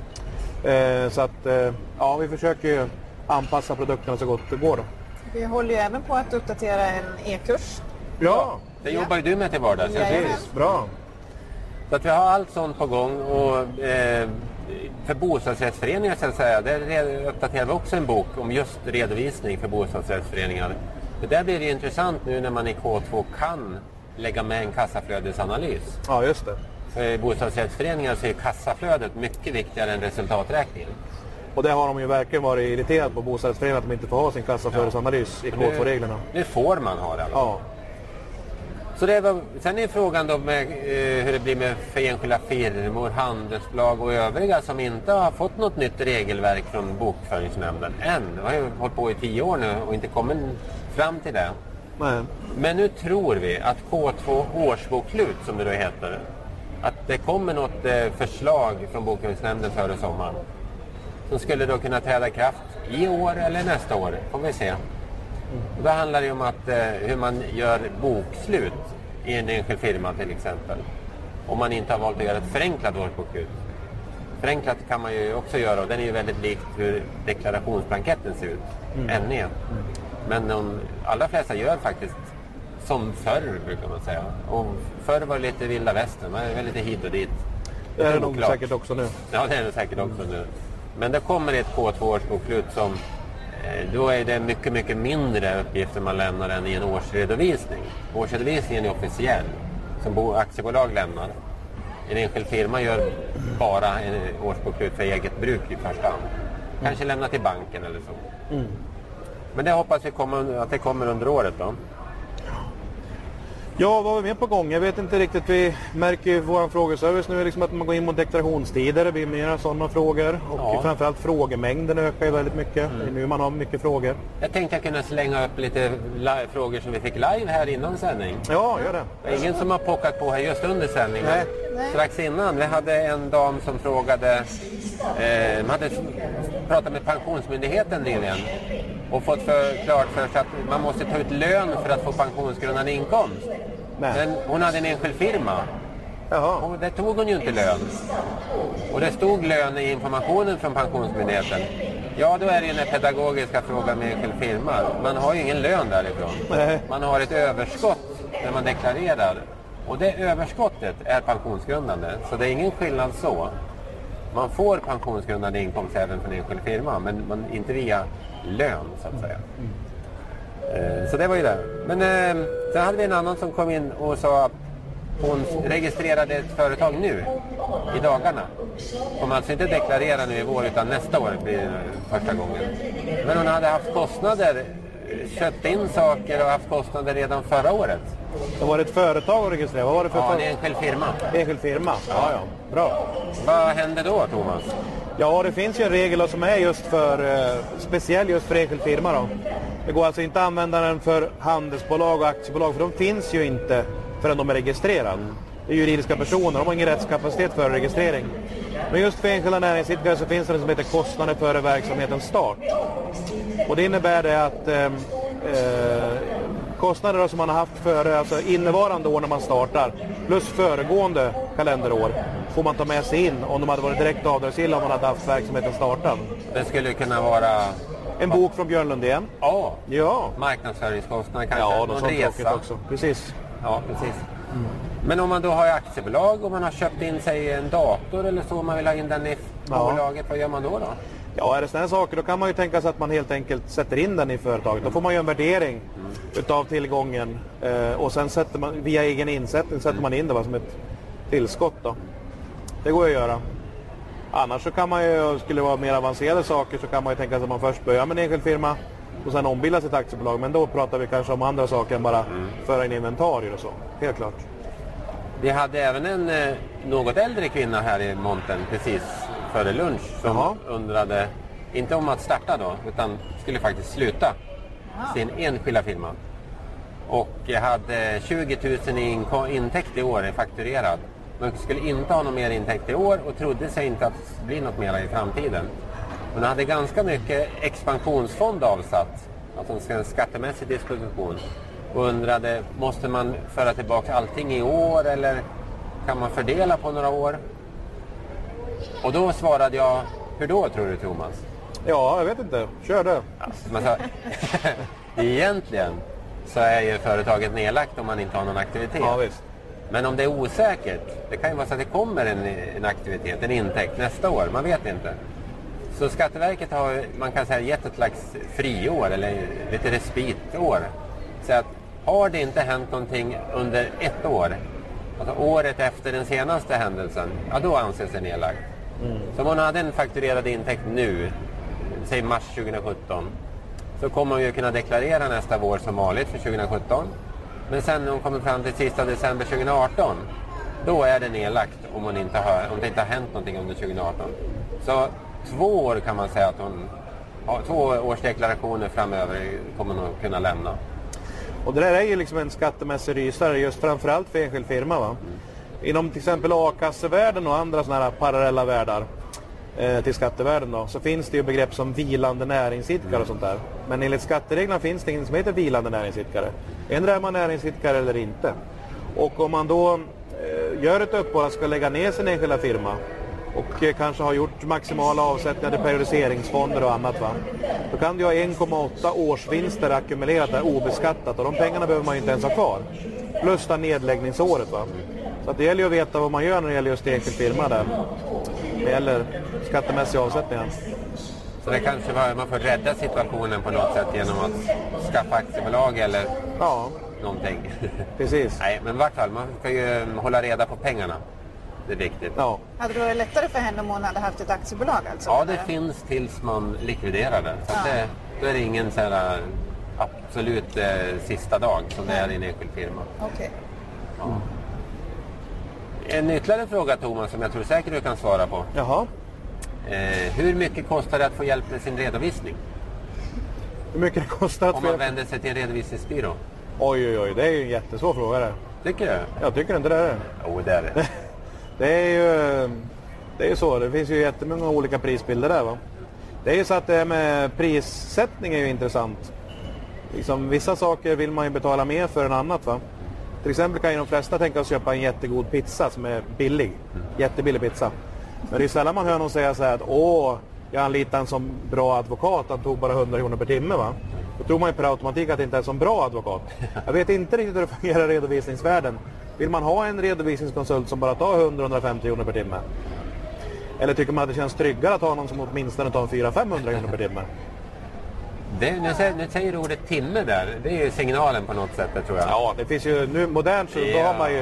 väl. Eh, så att eh, ja, vi försöker ju anpassa produkterna så gott det går då. Vi håller ju även på att uppdatera en e-kurs. Ja, det jobbar ju du med till vardags. Ja, precis, bra. Så att vi har allt sånt på gång och eh, för bostadsrättsföreningar så att säga, där uppdaterar vi också en bok om just redovisning för bostadsrättsföreningar. Det där blir det intressant nu när man i K två kan lägga med en kassaflödesanalys. Ja, just det. För i bostadsrättsföreningar så är kassaflödet mycket viktigare än resultaträkningen. Och det har de ju verkligen varit irriterade på, bostadsrättsföreningar, att de inte får ha sin kassaflödesanalys ja. i K två-reglerna. Det får man ha det. Ja. Så det var, sen är frågan då med, eh, hur det blir med för enskilda firmor, handelsbolag och övriga som inte har fått något nytt regelverk från bokföringsnämnden än. Det har ju hållit på i tio år nu och inte kommit fram till det. Nej. Men nu tror vi att K två årsbokslut, som det då heter, att det kommer något eh, förslag från bokföringsnämnden före sommaren som skulle då kunna träda i kraft i år eller nästa år, får vi se. Och då handlar det om att, eh, hur man gör bokslut i en enskild firma till exempel. Om man inte har valt att göra ett förenklat årsbokslut. Förenklat kan man ju också göra, och den är ju väldigt likt hur deklarationsblanketten ser ut. Mm. Än igen. Mm. Men de allra flesta gör faktiskt som förr, brukar man säga. Och förr var det lite vilda västern, man är lite hit och dit. Det är det nog säkert också nu. Ja, det är det säkert också nu. Men det kommer ett K två årsbokslut som då är det mycket, mycket mindre uppgifter man lämnar än i en årsredovisning. Årsredovisningen är officiell, som aktiebolag lämnar. En enskild firma gör bara en årsbokslut för eget bruk i första hand. Kanske mm. lämna till banken eller så. Mm. Men det hoppas vi kommer, att det kommer under året då. Ja, vad var vi med på gång? Jag vet inte riktigt. Vi märker ju vår frågeservice nu liksom att man går in mot deklarationstider. Det blir mer sådana frågor. Och ja. framförallt frågemängden ökar ju väldigt mycket. Mm. Nu man har mycket frågor. Jag tänkte jag kunna slänga upp lite live, frågor som vi fick live här innan sändning. Ja, gör det. Det är ingen som har pockat på här just under sändning. Nej. Nej. Strax innan. Vi hade en dam som frågade... Eh, man hade pratat med Pensionsmyndigheten nyligen. Och fått för, klart för sig att man måste ta ut lön för att få pensionsgrundande inkomst. Nej. Men hon hade en enskild firma. Jaha. Och det tog hon ju inte lön. Och det stod lön i informationen från Pensionsmyndigheten. Ja, då är det ju den pedagogiska frågan med enskild firma. Man har ju ingen lön därifrån. Nej. Man har ett överskott när man deklarerar. Och det överskottet är pensionsgrundande. Så det är ingen skillnad så. Man får pensionsgrundande inkomst även från enskild firma. Men man, inte via lön, så att säga. Mm. Så det var ju det. Men eh, sen hade vi en annan som kom in och sa hon registrerade ett företag nu, i dagarna. Kommer alltså inte deklarera nu i vår utan nästa år blir det första gången. Men hon hade haft kostnader, köpt in saker och haft kostnader redan förra året. Det var ett företag att registrera. Vad var det för Ja, för... det är en enskild firma. Enskild firma, ja ja, bra. Vad hände då, Thomas? Ja, det finns ju en regel som är just för, eh, speciell just för enskild firma då. Det går alltså inte att använda den för handelsbolag och aktiebolag, för de finns ju inte förrän de är registrerade. Det är juridiska personer, de har ingen rättskapacitet för registrering. Men just för enskilda näringsidkare så finns det något som heter kostnader före verksamhetens start. Och det innebär det att eh, eh, kostnader som man har haft före, alltså innevarande år när man startar, plus föregående kalenderår, får man ta med sig in om de hade varit direkt avdragsgilla om man hade haft verksamheten startad. Det skulle kunna vara... En bok från Björn Lundén. Ja, Ja. marknadsföringskostnader kanske. Ja, någon något sånt resa. också. Precis. Ja, precis. Mm. Men om man då har aktiebolag och man har köpt in sig en dator eller så, man vill ha in den i Ja. bolaget, vad gör man då då? Ja, är det sådana här saker då kan man ju tänka sig att man helt enkelt sätter in den i företaget. Då får man ju en värdering mm. utav tillgången eh, och sen sätter man via egen insättning sätter mm. man in det va, som ett tillskott då. Det går ju att göra. Annars så kan man ju, skulle det vara mer avancerade saker så kan man ju tänka sig att man först börjar med en enskild firma och sen ombilda sitt aktiebolag. Men då pratar vi kanske om andra saker än bara mm. föra in inventarier och så. Helt klart. Vi hade även en eh, något äldre kvinna här i montern precis före lunch som Jaha. undrade, inte om att starta då, utan skulle faktiskt sluta Jaha. sin enskilda firma. Och hade tjugo tusen i inko- intäkt i år, fakturerad. Men skulle inte ha någon mer intäkt i år och trodde sig inte att det blir något mer i framtiden. Hon hade ganska mycket expansionsfond avsatt, alltså en skattemässig disposition. Och undrade, måste man föra tillbaka allting i år eller kan man fördela på några år? Och då svarade jag, hur då tror du Thomas? Ja, jag vet inte. Kör det. Alltså, man sa, egentligen så är ju företaget nedlagt om man inte har någon aktivitet. Ja, visst. Men om det är osäkert, det kan ju vara så att det kommer en, en aktivitet, en intäkt nästa år, man vet inte. Så Skatteverket har, man kan säga, gett ett slags friår eller lite respitår. Så att har det inte hänt någonting under ett år, alltså året efter den senaste händelsen, ja då anses det nedlagt. Mm. Så om man hade en fakturerad intäkt nu, säg mars tjugohundrasjutton, så kommer man ju kunna deklarera nästa vår som vanligt för tjugohundrasjutton. Men sen när hon kommer fram till sista december tjugohundraarton, då är det nedlagt om, hon inte har, om det inte har hänt någonting under tjugohundraarton. Så två år kan man säga att hon har, två års deklarationer framöver kommer hon att kunna lämna. Och det där är ju liksom en skattemässig rysare just framförallt för enskild firma va? Mm. Inom till exempel a-kassevärlden och andra sådana här parallella världar eh, till skattevärlden då, så finns det ju begrepp som vilande näringsidkare mm. och sånt där. Men enligt skattereglerna finns det ingen som heter vilande näringsidkare. Ändå är man näringsidkare eller inte. Och om man då eh, gör ett uppehåll att ska lägga ner sin enskilda firma och eh, kanske har gjort maximala avsättningar till periodiseringsfonder och annat va, då kan du ha en komma åtta årsvinster ackumulerat där obeskattat och de pengarna behöver man ju inte ens ha kvar. Plus det nedläggningsåret va. Så att det gäller ju att veta vad man gör när det gäller just enskild firma där. Det gäller skattemässiga avsättningar. Så det kanske var, man får rädda situationen på något sätt genom att skaffa aktiebolag eller ja. någonting. Precis. Nej, men i vart fall, man ska ju hålla reda på pengarna. Det är viktigt. Ja. Hade det varit lättare för henne om hon hade haft ett aktiebolag alltså? Ja, det finns tills man likviderar det. Så ja. det, då är det ingen så här absolut eh, sista dag som det är i en enskild firma. Okej. Okay. Ja. En ytterligare fråga Thomas som jag tror säkert du kan svara på. Jaha. Eh, hur mycket kostar det att få hjälp med sin redovisning? Hur mycket det kostar att om få man hjälp? vänder sig till en redovisningsbyrå? Oj, oj, oj. Det är ju en jättesvår fråga det. Tycker du? Jag tycker inte det är det. Jo, det är det. Det är ju det är ju så. Det finns ju jättemånga olika prisbilder där va. Det är ju så att det här med prissättning är ju intressant. Liksom, vissa saker vill man ju betala mer för än annat va. Till exempel kan ju de flesta tänka sig köpa en jättegod pizza som är billig. Mm. Jättebillig pizza. Men det är sällan man hör någon säga så här att åh, jag anlitar en som bra advokat, han tog bara hundra kronor per timme va. Då tror man ju per automatik att det inte är en sån bra advokat. Jag vet inte riktigt hur det fungerar i redovisningsvärlden. Vill man ha en redovisningskonsult som bara tar hundra till hundrafemtio kronor per timme? Eller tycker man att det känns tryggare att ha någon som åtminstone tar fyra till femhundra kronor per timme? Det, nu, säger, nu säger du ordet timme där. Det är ju signalen på något sätt, det tror jag. Ja, det finns ju nu modernt så ja. Då har man ju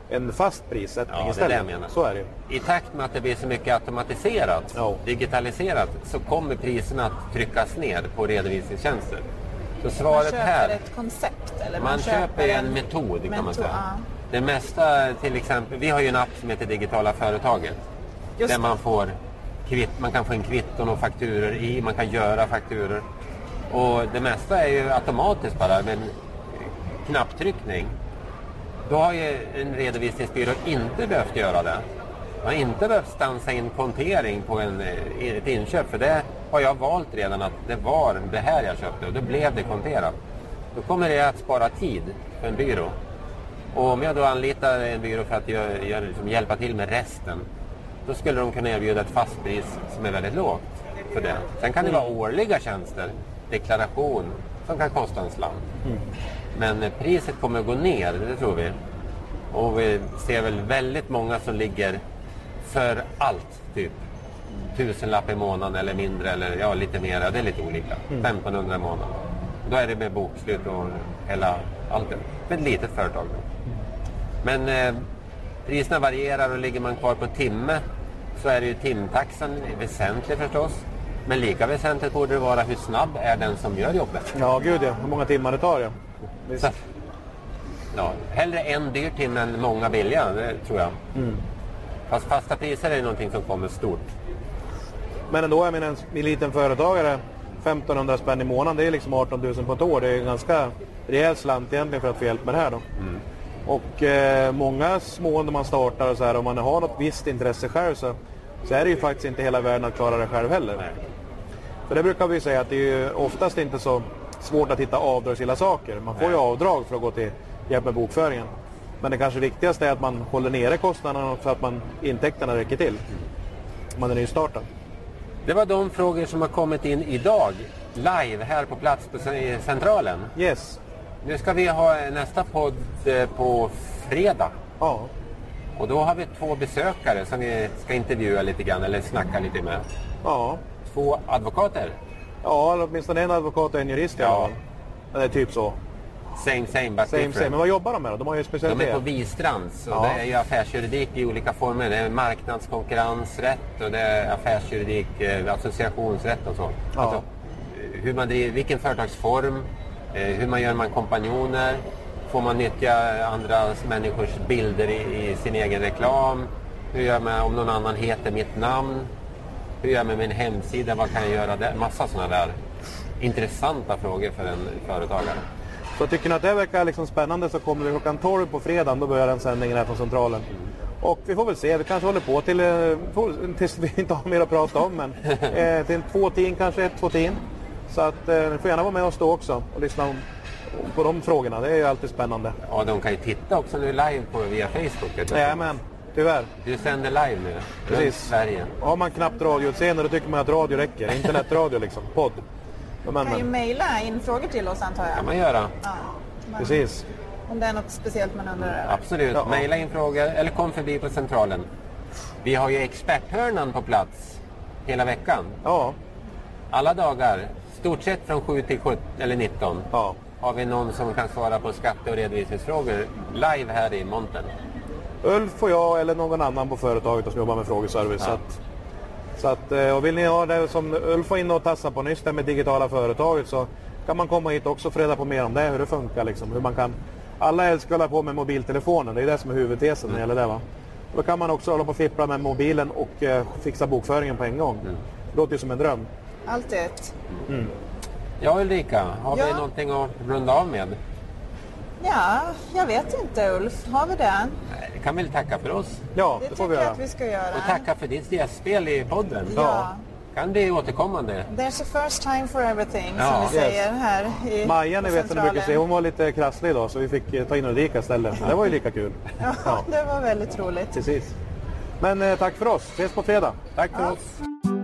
en fast prissättning Ja, det är istället. det jag menar. Så är det ju. I takt med att det blir så mycket automatiserat, Ja. digitaliserat, så kommer priserna att tryckas ner på redovisningstjänster. Så Man svaret köper här, ett koncept? Eller man köper en metod kan man metod, säga. ja. Det mesta, till exempel, vi har ju en app som heter Digitala företaget. Just där det. man får kvitt, man kan få en kvitton och fakturor i, man kan göra fakturor. Och det mesta är ju automatiskt bara med en knapptryckning. Då har ju en redovisningsbyrå inte behövt göra det. Man har inte behövt stansa in kontering på en, ett inköp, för det har jag valt redan att det var det här jag köpte och då blev det konterat. Då kommer det att spara tid för en byrå. Och om jag då anlitar en byrå för att göra, göra, liksom hjälpa till med resten, då skulle de kunna erbjuda ett fastpris som är väldigt lågt för det. Sen kan det vara årliga tjänster, deklaration, som kan kosta en slant. Mm. Men priset kommer att gå ner, det tror vi. Och vi ser väl väldigt många som ligger för allt, typ tusenlapp i månaden eller mindre, eller ja, lite mer, det är lite olika. Mm. femtonhundra i månaden. Då är det med bokslut och hela allt det. För ett litet företag. Men eh, priserna varierar och ligger man kvar på timme så är det ju timtaxan väsentlig förstås. Men lika väsentligt borde det vara hur snabb är den som gör jobbet. Ja, gud ja. Hur många timmar det tar ja. Så, ja, hellre en dyr timme än många billiga, det tror jag. Mm. Fast fasta priser är någonting som kommer stort. Men ändå, jag menar, en, en liten företagare, femtonhundra spänn i månaden, det är liksom arton tusen på ett år. Det är en ganska rejäl slant egentligen för att få hjälp med det här då. Mm. Och eh, många små när man startar och så här, om man har något visst intresse själv så, så är det ju faktiskt inte hela världen att klara det själv heller. Nej. För det brukar vi säga att det är ju oftast inte så svårt att hitta avdragsgilla saker. Man får ju avdrag för att gå till hjälp med bokföringen. Men det kanske viktigaste är att man håller nere kostnaderna så att man intäkterna räcker till. Om man är nystartad. Det var de frågor som har kommit in idag, live här på plats på centralen. Yes. Nu ska vi ha nästa podd eh, på fredag. Ja. Och då har vi två besökare som vi ska intervjua lite grann eller snacka lite med. Ja. Två advokater. Ja, eller åtminstone en advokat och en jurist i Ja. alla fall. Det är typ så. Same, same, but Same, different. same. Men vad jobbar de med då? De har ju De specialitet. är på Wistrands och Ja. det är ju affärsjuridik i olika former. Det är marknadskonkurrensrätt och det är affärsjuridik, eh, associationsrätt och så. Ja. Alltså, eh, hur man driver, vilken företagsform, eh, hur man gör man kompanjoner, får man nyttja andra människors bilder i, i sin egen reklam, hur gör man om någon annan heter mitt namn, hur gör jag med min hemsida, vad kan jag göra där? Massa sådana där intressanta frågor för en företagare. Så tycker ni att det verkar liksom spännande så kommer vi klockan tolv på fredagen. Då börjar den sändningen här från centralen. Och vi får väl se, vi kanske håller på till, eh, tills vi inte har mer att prata om. Men eh, till två tiden kanske, ett, två tiden. Så att eh, ni får gärna vara med oss då också och lyssna om, på de frågorna. Det är ju alltid spännande. Ja, de kan ju titta också nu live på via Facebook. Nej, men tyvärr. Du sänder live nu, runt Precis. Sverige. Har man knappt radioutseende då tycker man att radio räcker. Internetradio liksom, podd. Men, Man kan ju men. mejla in frågor till oss antar jag. kan man göra. Ja, men Precis. om det är något speciellt man undrar över. Absolut. Ja. Maila in frågor eller kom förbi på centralen. Vi har ju experthörnan på plats hela veckan. Ja, Alla dagar, stort sett från sju till sjutton eller nitton, ja. har vi någon som kan svara på skatte- och redovisningsfrågor live här i montern. Ulf och jag eller någon annan på företaget som jobbar med frågeservice. Ja. Så att, så att, och vill ni ha det som Ulf var inne och tassade på nyss där med digitala företaget så kan man komma hit också och få reda på mer om det, hur det funkar liksom, hur man kan. Alla älskar att hålla på med mobiltelefonen, det är det som är huvudtesen när det gäller det va. Och då kan man också hålla på och fippla med mobilen och eh, fixa bokföringen på en gång. Mm. Det låter ju som en dröm. Allt är ett. Ja, Ulrika, har Ja. vi någonting att runda av med? Ja, jag vet inte Ulf. Har vi det? Nej, vi kan väl tacka för oss. Ja, Det det får vi tycker jag göra. att vi ska göra. Och tacka för ditt gästspel i podden. Ja. Kan bli återkommande. There's a first time for everything Ja. som vi Yes. säger här i Maja, ni på vet att ni brukar centralen. se, hon var lite krasslig idag så vi fick eh, ta in Ulrika istället. Det var ju lika kul. Ja, det var väldigt roligt. Precis. Men eh, tack för oss, ses på fredag. Tack för Ja. oss.